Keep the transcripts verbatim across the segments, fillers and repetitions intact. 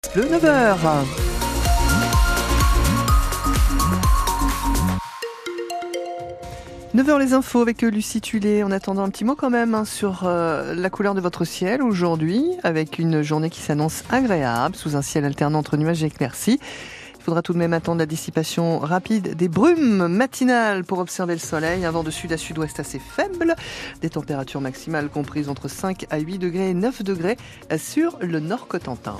Le neuf heures. neuf heures les infos avec Lucie Tullet. En attendant un petit mot quand même hein, sur euh, la couleur de votre ciel aujourd'hui, avec une journée qui s'annonce agréable, sous un ciel alternant entre nuages et éclaircies. Il faudra tout de même attendre la dissipation rapide des brumes matinales pour observer le soleil. Un vent de sud à sud-ouest assez faible. Des températures maximales comprises entre cinq à huit degrés et neuf degrés sur le nord Cotentin.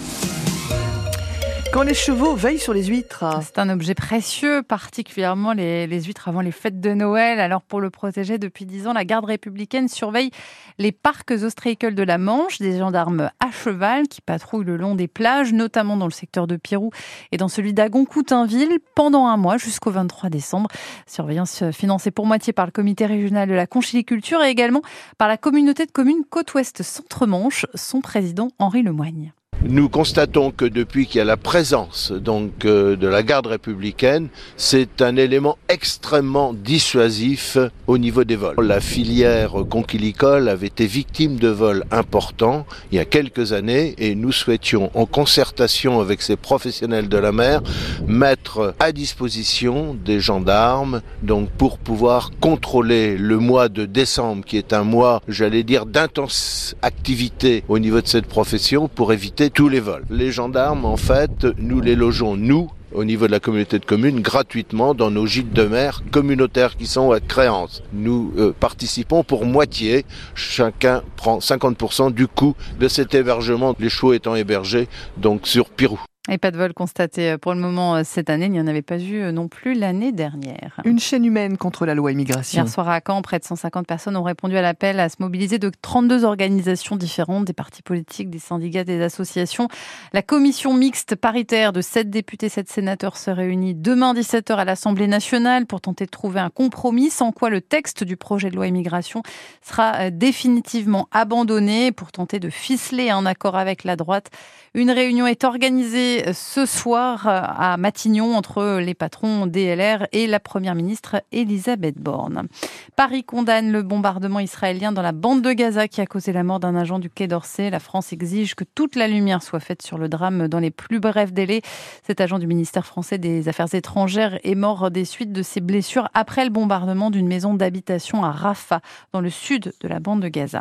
Quand les chevaux veillent sur les huîtres. C'est un objet précieux, particulièrement les, les huîtres avant les fêtes de Noël. Alors pour le protéger, depuis dix ans, la garde républicaine surveille les parcs ostréicoles de la Manche, des gendarmes à cheval qui patrouillent le long des plages, notamment dans le secteur de Pirou et dans celui d'Agon-Coutainville, pendant un mois jusqu'au vingt-trois décembre. Surveillance financée pour moitié par le comité régional de la conchyliculture et également par la communauté de communes Côte-Ouest Centre-Manche, son président Henri Lemoigne. Nous constatons que depuis qu'il y a la présence donc euh, de la garde républicaine, c'est un élément extrêmement dissuasif au niveau des vols. La filière conchylicole avait été victime de vols importants il y a quelques années et nous souhaitions, en concertation avec ces professionnels de la mer, mettre à disposition des gendarmes donc pour pouvoir contrôler le mois de décembre qui est un mois, j'allais dire, d'intense activité au niveau de cette profession pour éviter tous les vols. Les gendarmes, en fait, nous les logeons, nous, au niveau de la communauté de communes, gratuitement dans nos gîtes de mer communautaires qui sont à créance. Nous euh, participons pour moitié, chacun prend cinquante pour cent du coût de cet hébergement, les chevaux étant hébergés donc sur Pirou. Et pas de vol constaté pour le moment cette année, il n'y en avait pas eu non plus l'année dernière. Une chaîne humaine contre la loi immigration. Hier soir à Caen, près de cent cinquante personnes ont répondu à l'appel à se mobiliser de trente-deux organisations différentes, des partis politiques, des syndicats, des associations. La commission mixte paritaire de sept députés, sept sénateurs se réunit demain dix-sept heures à l'Assemblée nationale pour tenter de trouver un compromis, sans quoi le texte du projet de loi immigration sera définitivement abandonné pour tenter de ficeler un accord avec la droite. Une réunion est organisée ce soir à Matignon entre les patrons D L R et la première ministre Elisabeth Borne. Paris condamne le bombardement israélien dans la bande de Gaza qui a causé la mort d'un agent du Quai d'Orsay. La France exige que toute la lumière soit faite sur le drame dans les plus brefs délais. Cet agent du ministère français des Affaires étrangères est mort des suites de ses blessures après le bombardement d'une maison d'habitation à Rafah, dans le sud de la bande de Gaza.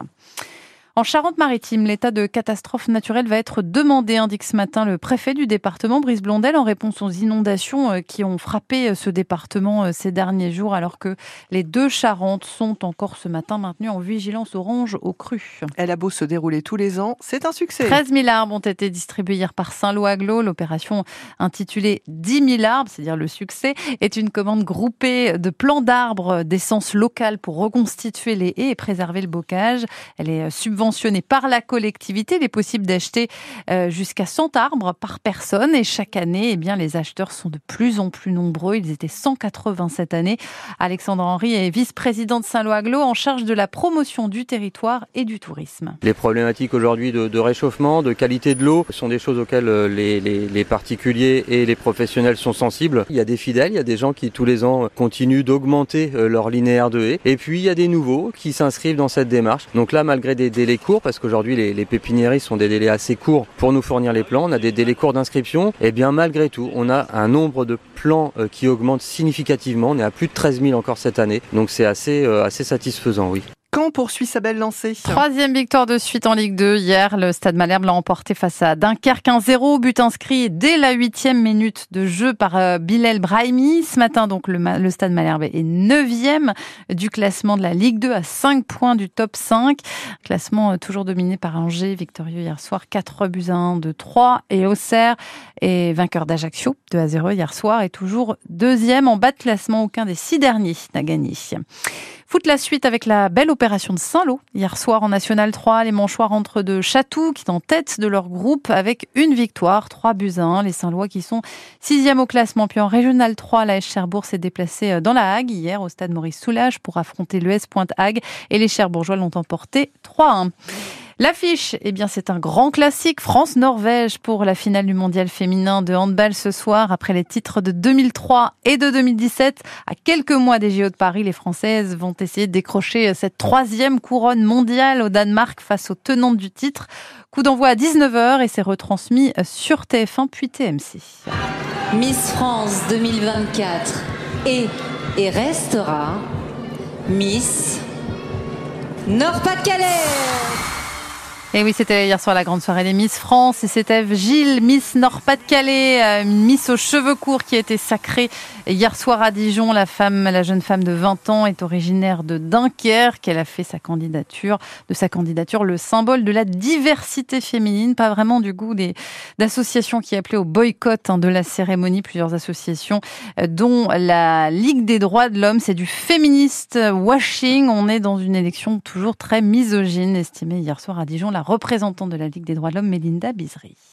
En Charente-Maritime, l'état de catastrophe naturelle va être demandé, indique ce matin le préfet du département, Brice Blondel, en réponse aux inondations qui ont frappé ce département ces derniers jours, alors que les deux Charentes sont encore ce matin maintenues en vigilance orange aux crues. Elle a beau se dérouler tous les ans, c'est un succès. treize mille arbres ont été distribués hier par Saint-Lô-Aglo. L'opération intitulée dix mille arbres, c'est-à-dire le succès, est une commande groupée de plants d'arbres d'essence locale pour reconstituer les haies et préserver le bocage. Elle est subventionnée Subventionné par la collectivité. Il est possible d'acheter euh, jusqu'à cent arbres par personne et chaque année, eh bien, les acheteurs sont de plus en plus nombreux. Ils étaient cent quatre-vingts cette année. Alexandre Henry est vice-président de Saint-Lô-Aglo en charge de la promotion du territoire et du tourisme. Les problématiques aujourd'hui de, de réchauffement, de qualité de l'eau sont des choses auxquelles les, les, les particuliers et les professionnels sont sensibles. Il y a des fidèles, il y a des gens qui tous les ans continuent d'augmenter leur linéaire de haies. Et puis il y a des nouveaux qui s'inscrivent dans cette démarche. Donc là, malgré des délais courts, parce qu'aujourd'hui les, les pépiniéries sont des délais assez courts pour nous fournir les plants, on a des délais courts d'inscription, et bien malgré tout on a un nombre de plants euh, qui augmente significativement. On est à plus de treize mille encore cette année, donc c'est assez, euh, assez satisfaisant, oui. Caen poursuit sa belle lancée. Troisième victoire de suite en Ligue deux. Hier, le Stade Malherbe l'a emporté face à Dunkerque un zéro. But inscrit dès la huitième minute de jeu par euh, Bilal Brahimi. Ce matin, donc, le, le Stade Malherbe est neuvième du classement de la Ligue deux à cinq points du top cinq. Classement euh, toujours dominé par Angers, victorieux hier soir, quatre buts à un de trois. Et Auxerre est vainqueur d'Ajaccio, deux à zéro hier soir, et toujours deuxième en bas de classement. Aucun des six derniers n'a gagné. Foot la suite avec la belle opération de Saint-Lô. Hier soir en National trois, les Manchois rentrent de Chatou qui est en tête de leur groupe avec une victoire, trois buts à un. Les Saint-Lois qui sont sixième au classement. Puis en Régional trois, l'A S Cherbourg s'est déplacé dans la Hague hier au stade Maurice Soulage pour affronter l'E S Pointe-Hague et les Cherbourgeois l'ont emporté trois à un. L'affiche, eh bien, c'est un grand classique. France-Norvège pour la finale du mondial féminin de handball ce soir. Après les titres de deux mille trois et de deux mille dix-sept, à quelques mois des J O de Paris, les Françaises vont essayer de décrocher cette troisième couronne mondiale au Danemark face aux tenantes du titre. Coup d'envoi à dix-neuf heures et c'est retransmis sur T F un puis T M C. Miss France deux mille vingt-quatre est et restera Miss Nord-Pas-de-Calais. Et oui, c'était hier soir la grande soirée des Miss France et c'était Ève Gilles, Miss Nord-Pas-de-Calais, une Miss aux cheveux courts qui a été sacrée hier soir à Dijon. La femme, la jeune femme de vingt ans est originaire de Dunkerque. Elle a fait sa candidature, de sa candidature le symbole de la diversité féminine. Pas vraiment du goût des d'associations qui appelaient au boycott hein, de la cérémonie. Plusieurs associations, dont la Ligue des droits de l'homme. C'est du féministe washing. On est dans une élection toujours très misogyne, estimée hier soir à Dijon la représentante de la Ligue des droits de l'homme, Mélinda Bizri.